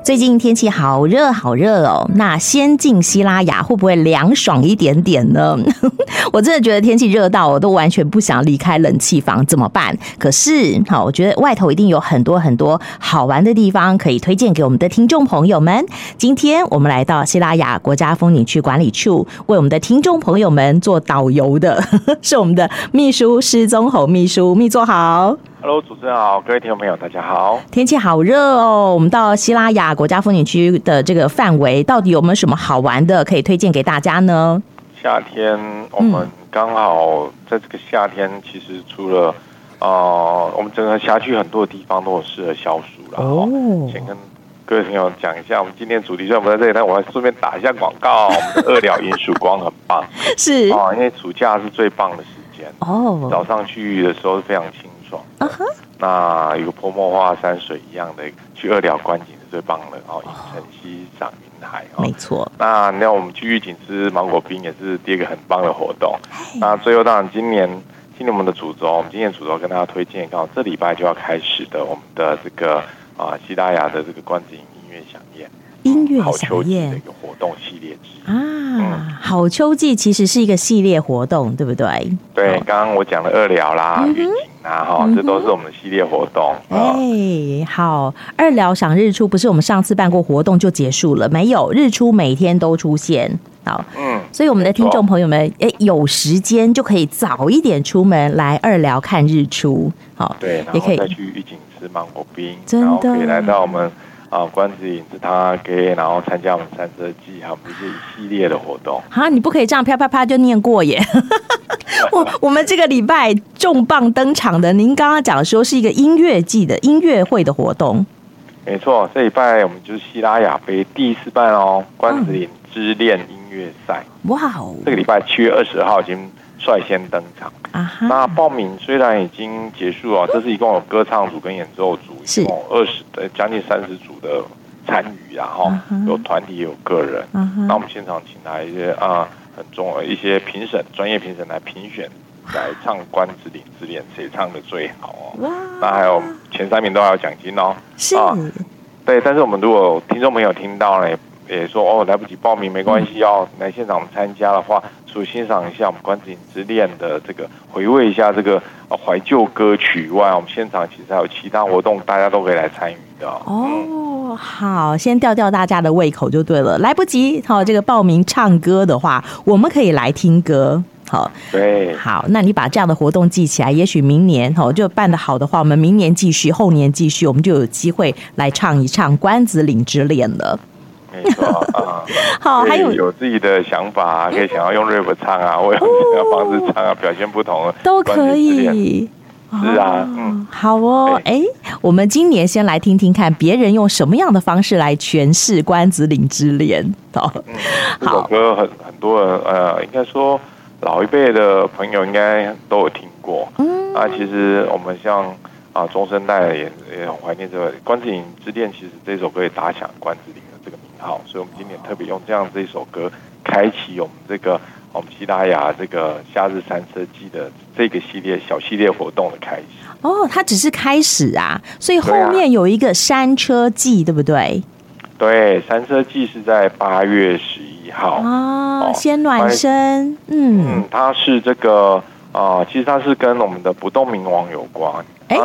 最近天气好热好热哦，那先进西拉雅会不会凉爽一点点呢？我真的觉得天气热到我都完全不想离开冷气房，怎么办？可是好，我觉得外头一定有很多很多好玩的地方可以推荐给我们的听众朋友们。今天我们来到西拉雅国家风景区管理处，为我们的听众朋友们做导游的是我们的秘书施宗侯秘书，秘座好。 Hello， 主持人好，各位听众朋友，大家好。 天气好热哦，我们到西拉雅国家风景区的这个范围，到底有没有什么好玩的可以推荐给大家呢？ 夏天我们刚好在这个夏天，其实除了我们整个辖区很多的地方都有适合消暑了。先跟各位朋友讲一下，我们今天主题虽然不在这里，但我要顺便打一下广告。我们的二寮迎曙光很棒， 是因为暑假是最棒的时间早上去的时候是非常清爽那有个泼墨画山水一样的，去二寮观景是最棒的影城西赏云海没错。 那我们去玉井吃芒果冰也是第二个很棒的活动。那最后当然今年我们的主轴，我们今年主轴跟大家推荐，刚好这礼拜就要开始的我们的这个西拉雅的这个观景音乐飨宴。好秋季的一个活动系列之一好秋季其实是一个系列活动，对不对？ 对，刚刚我讲的二寮啦、玉井啦，这都是我们的系列活动。 好，二寮赏日出不是我们上次办过活动就结束了？没有，日出每天都出现。好，所以我们的听众朋友们，有时间就可以早一点出门来二寮看日出。好， 对，然后再去玉井吃芒果冰， 真的， 然后可以来到我们关子岭吃汤给，然后参加我们三色季，还有这些一系列的活动。 你不可以这样啪啪啪就念过耶！我们这个礼拜重磅登场的，您刚刚讲说是一个音乐季的音乐会的活动。 没错，这礼拜我们就是西拉雅杯第4办关子岭之恋音乐赛。哇哦！这个礼拜7月20号已经率先登场。那报名虽然已经结束这是一共有歌唱组跟演奏组，一共将近30组的参与有团体有个人。那我们现场请来一些一些评审，专业评审来评选，来唱《关子岭之恋》，谁唱的最好那还有前3名都还有奖金是对，但是我们如果听众朋友听到了也说来不及报名没关系，要来现场参加的话，除欣赏一下我们关子岭之恋的这个，回味一下这个怀旧歌曲外，我们现场其实还有其他活动，大家都可以来参与的。 好，先吊大家的胃口就对了。来不及这个报名唱歌的话，我们可以来听歌。好， 对， 好，那你把这样的活动记起来，也许明年就办得好的话，我们明年继续，后年继续，我们就有机会来唱一唱关子岭之恋了。 没错好，还有自己的想法可以想要用 rap 唱或用其他方式唱表现不同的都可以。 是好我们今年先来听听看别人用什么样的方式来诠释关子岭之恋。 这首歌很多人应该说老一辈的朋友应该都有听过。其实我们像中生代也很怀念这个关子岭之恋，其实这首歌也打响关子岭的这个名号，所以我们今年特别用这样这一首歌开启我们西拉雅这个夏日山车季的这个小系列活动的开始。 它只是开始所以后面有一个山车季，对不对？ 对，山车季是在8月11号先暖身。 它是这个其实它是跟我们的不动明王有关。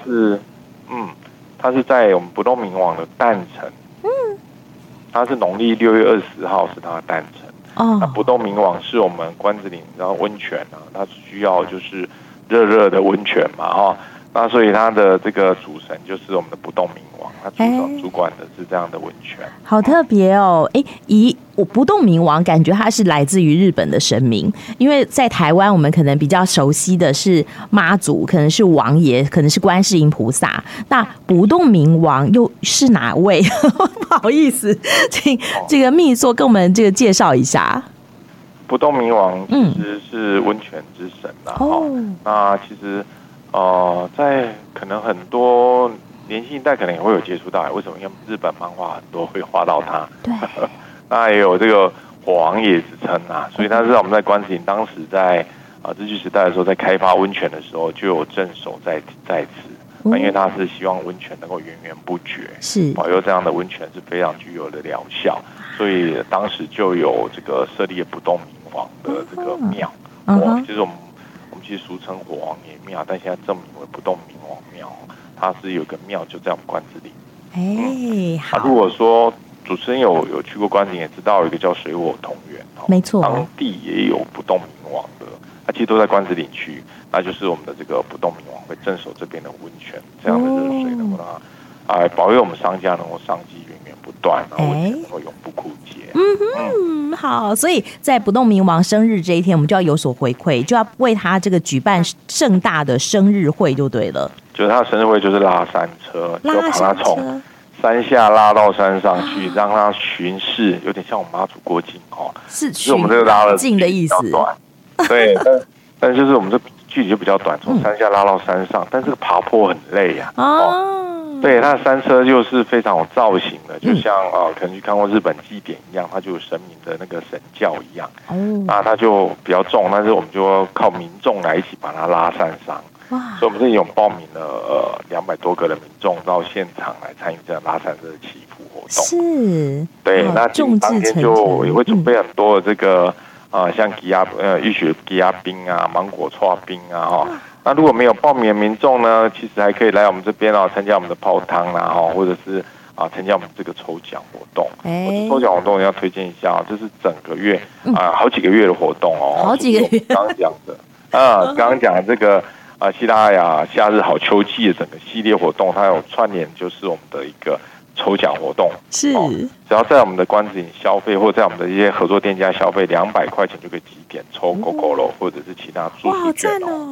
它是在我们不动明王的诞辰。它是农历6月24号是它的诞辰。那不动明王是我们关子岭然后温泉它需要就是热的温泉嘛那所以它的这个主神就是我们的不动明王，他主管的是这样的温泉。 好特别我不动明王感觉它是来自于日本的神明，因为在台湾我们可能比较熟悉的是妈祖，可能是王爷，可能是观世音菩萨。那不动明王又是哪位？不好意思，请这个秘座跟我们这个介绍一下。 不动明王其实是温泉之神那其实在可能很多年轻一代可能也会有接触到，为什么？因为日本漫画很多会画到他。 对。 那也有这个火王爷之称所以他是我们在关子岭当时在日据时代的时候，在开发温泉的时候就有镇守在此因为它是希望温泉能够源源不绝， 是保佑这样的温泉是非常具有的疗效，所以当时就有这个设立不动明王的这个庙，就是我们其实俗称火王爷庙，但现在正名为不动明王庙，它是有个庙就在我们关子岭。好。如果说主持人有去过关子岭，也知道有一个叫水火同源， 没错， 当地也有不动明王的，它其实都在关子岭区，那就是我们的这个不动明王会镇守这边的温泉，这样的热水能够让保佑我们商家能够商机源源不断，然后温泉能够永不枯竭。 好，所以在不动明王生日这一天，我们就要有所回馈，就要为他这个举办盛大的生日会就对了。 就是他的生日会就是拉山车，就把他从山下拉到山上去，让他巡视，有点像我们妈祖过境是我们这个拉的近的意思。 对，但就是我们这距离就比较短，从山下拉到山上，但这个爬坡很累呀。对，它的山车就是非常有造型的，就像可能去看过日本祭典一样，它就有神明的那个神教一样。那它就比较重，但是我们就要靠民众来一起把它拉山上。所以我们这里有报名了200多个的民众到现场来参与这样拉山车的祈福活动。 是， 对，那当天就也会准备很多的这个像玉雪鸡鸭冰啊、芒果串冰啊那如果没有报名的民众呢，其实还可以来我们这边参加我们的泡汤啦或者是参加我们这个抽奖活动。抽奖活动要推荐一下这是整个月好几个月的活动好几个月。 刚讲的刚刚讲的这个西拉雅夏日好秋季的整个系列活动，它有串联就是我们的一个抽奖活动。 是， 只要在我们的关子岭消费，或者在我们的一些合作店家消费200块钱就可以集点抽 GoGo 或者是其他住宿券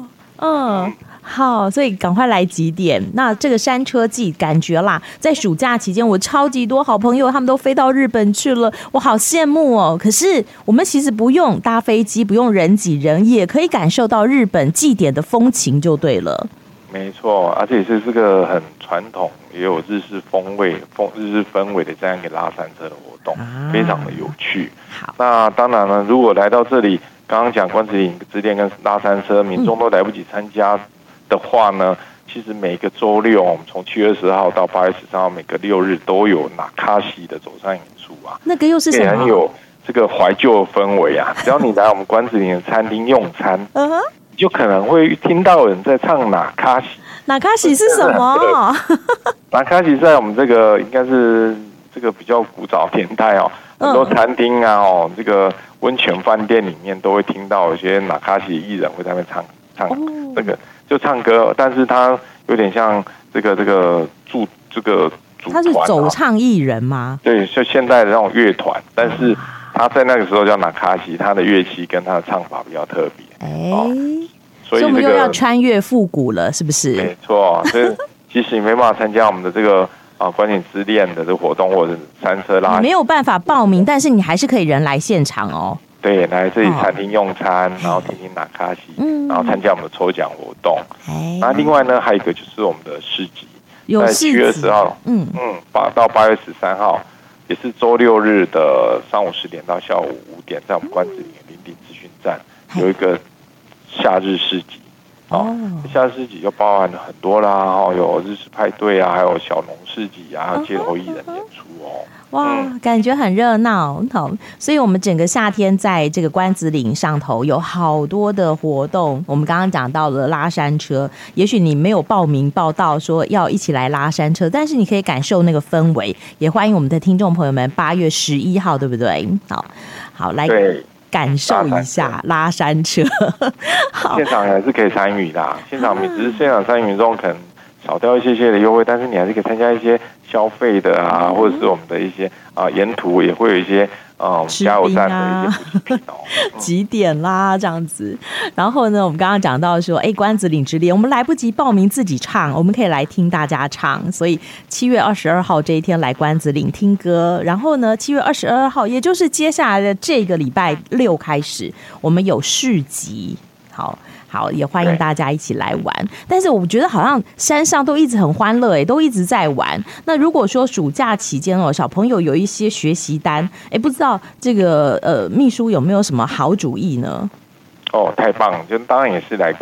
好，所以赶快来集点。那这个山车季感觉啦，在暑假期间，我超级多好朋友他们都飞到日本去了，我好羡慕哦。可是我们其实不用搭飞机，不用人挤人，也可以感受到日本祭典的风情就对了。 没错，而且是这个很传统，也有日式风味、日式氛围的这样一个拉山车的活动，非常的有趣。 好， 那当然了，如果来到这里，刚刚讲关子岭之恋跟拉山车，民众都来不及参加的话呢，其实每个周六，我们从7月20号到8月13号，每个6日都有纳卡西的走唱演出那个又是什么？ 很有这个怀旧的氛围啊！只要你来我们关子岭的餐厅用餐，你就可能会听到有人在唱纳卡西。 纳卡西是什么？ 纳卡西在我们这个应该是这个比较古早年代很多餐厅这个温泉饭店里面都会听到有些纳卡西艺人会在那边唱这个就唱歌，但是他有点像这个组他是走唱艺人吗？ 对，就现在的那种乐团，但是他在那个时候叫纳卡西，他的乐器跟他的唱法比较特别。所以我们又要穿越复古了，是不是？ 没错，所以即使你没办法参加我们的这个关景之恋的这个活动，或者是山车拉， 你没有办法报名，但是你还是可以人来现场哦。 对，来这里餐厅用餐，然后听听纳卡西，然后参加我们的抽奖活动。那另外呢，还有一个就是我们的市集，在7月20号，到8月13号，也是周6日的上午10点到下午5点，在我们关子岭林顶资讯站有一个夏日市集。夏日市集就包含了很多啦，有日式派对啊，还有小农市集啊，还有街头艺人演出哇，感觉很热闹。好，所以我们整个夏天在这个关子岭上头有好多的活动。我们刚刚讲到了拉山车，也许你没有报名报到说要一起来拉山车，但是你可以感受那个氛围。也欢迎我们的听众朋友们8月11号，对不对？好，来感受一下拉山车。 现场还是可以参与的，只是现场参与民众可能少掉一些的优惠，但是你还是可以参加一些消费的或者是我们的一些沿途也会有一些加油站的一些补给品几点啦这样子。然后呢，我们刚刚讲到说关子岭之恋，我们来不及报名自己唱，我们可以来听大家唱。所以7月22号这一天来关子岭听歌，然后呢7月22号也就是接下来的这个礼拜6开始，我们有市集。好，也欢迎大家一起来玩。但是我觉得好像山上都一直很欢乐，都一直在玩。那如果说暑假期间小朋友有一些学习单，不知道这个秘书有没有什么好主意呢？ 太棒了！就当然也是来关子岭，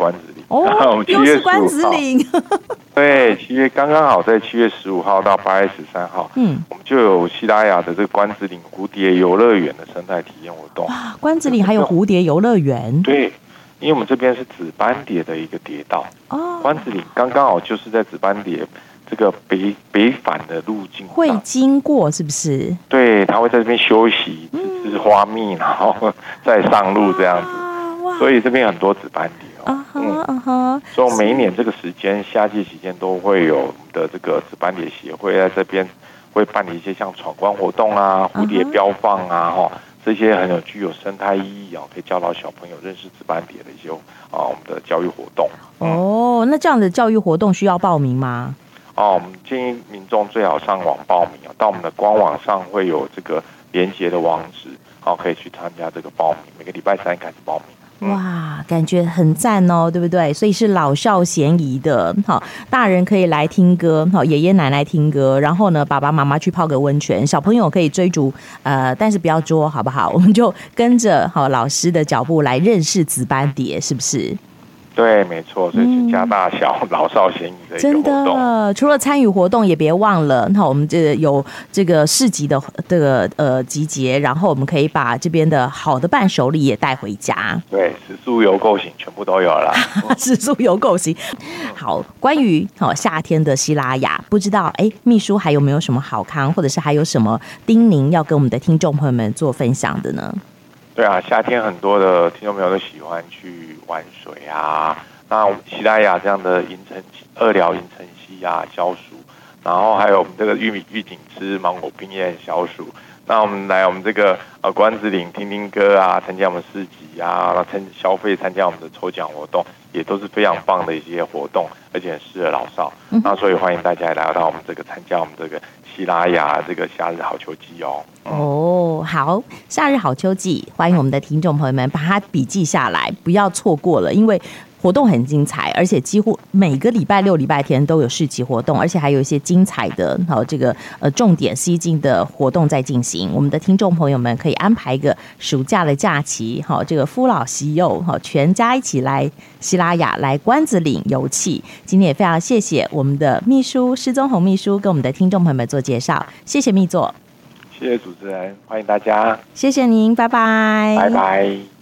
哦，又是关子岭。 对，7月刚刚好在7月15号到8月13号，我们就有西拉雅的这个关子岭蝴蝶游乐园的生态体验活动。 哇，关子岭还有蝴蝶游乐园？ 对，因为我们这边是紫斑蝶的一个蝶道。哦，关子岭刚刚好就是在紫斑蝶这个北返的路径会经过，是不是？ 对，它会在这边休息，吃花蜜，然后再上路这样子。所以这边很多紫斑蝶所以每一年这个时间，夏季期间都会有我们的这个紫斑蝶协会在这边会办理一些像闯关活动啊、蝴蝶标放啊，这些很有具有生态意义可以教导小朋友认识紫斑蝶的一些我们的教育活动。 那这样的教育活动需要报名吗？ 我们建议民众最好上网报名到我们的官网上会有这个连结的网址，可以去参加这个报名。每个礼拜3开始报名。 哇，感觉很赞哦，对不对？所以是老少咸宜的，大人可以来听歌，爷爷奶奶听歌，然后呢，爸爸妈妈去泡个温泉，小朋友可以追逐，但是不要捉，好不好？我们就跟着老师的脚步来认识紫斑蝶，是不是？ 对，没错，所以全家大小、老少咸宜的一个活动。真的，除了参与活动，也别忘了，那我们有这个市集的这个集结，然后我们可以把这边的好的伴手礼也带回家。 对，食宿游购行全部都有了。 食宿游购行。好，关于夏天的西拉雅，不知道秘书还有没有什么好康，或者是还有什么叮咛要跟我们的听众朋友们做分享的呢？ 对啊，夏天很多的听众朋友都喜欢去玩水啊。那我们西拉雅这样的二寮银城溪啊消暑，然后还有我们这个玉井吃芒果冰也很消暑。那我们来我们这个关子岭听听歌啊，参加我们市集啊，消费参加我们的抽奖活动，也都是非常棒的一些活动，而且很适合老少。那所以欢迎大家来到我们这个参加我们这个西拉雅这个夏日好秋季好，夏日好秋季，欢迎我们的听众朋友们把它笔记下来，不要错过了，因为活动很精彩，而且几乎每个礼拜六、礼拜天都有市集活动，而且还有一些精彩的这个重点吸睛的活动在进行。我们的听众朋友们可以安排一个暑假的假期，这个夫老携幼，全家一起来西拉雅来关子岭游憩。今天也非常谢谢我们的秘书施宗宏秘书跟我们的听众朋友们做介绍，谢谢秘座。 谢谢主持人，欢迎大家。 谢谢您，拜拜。 拜拜。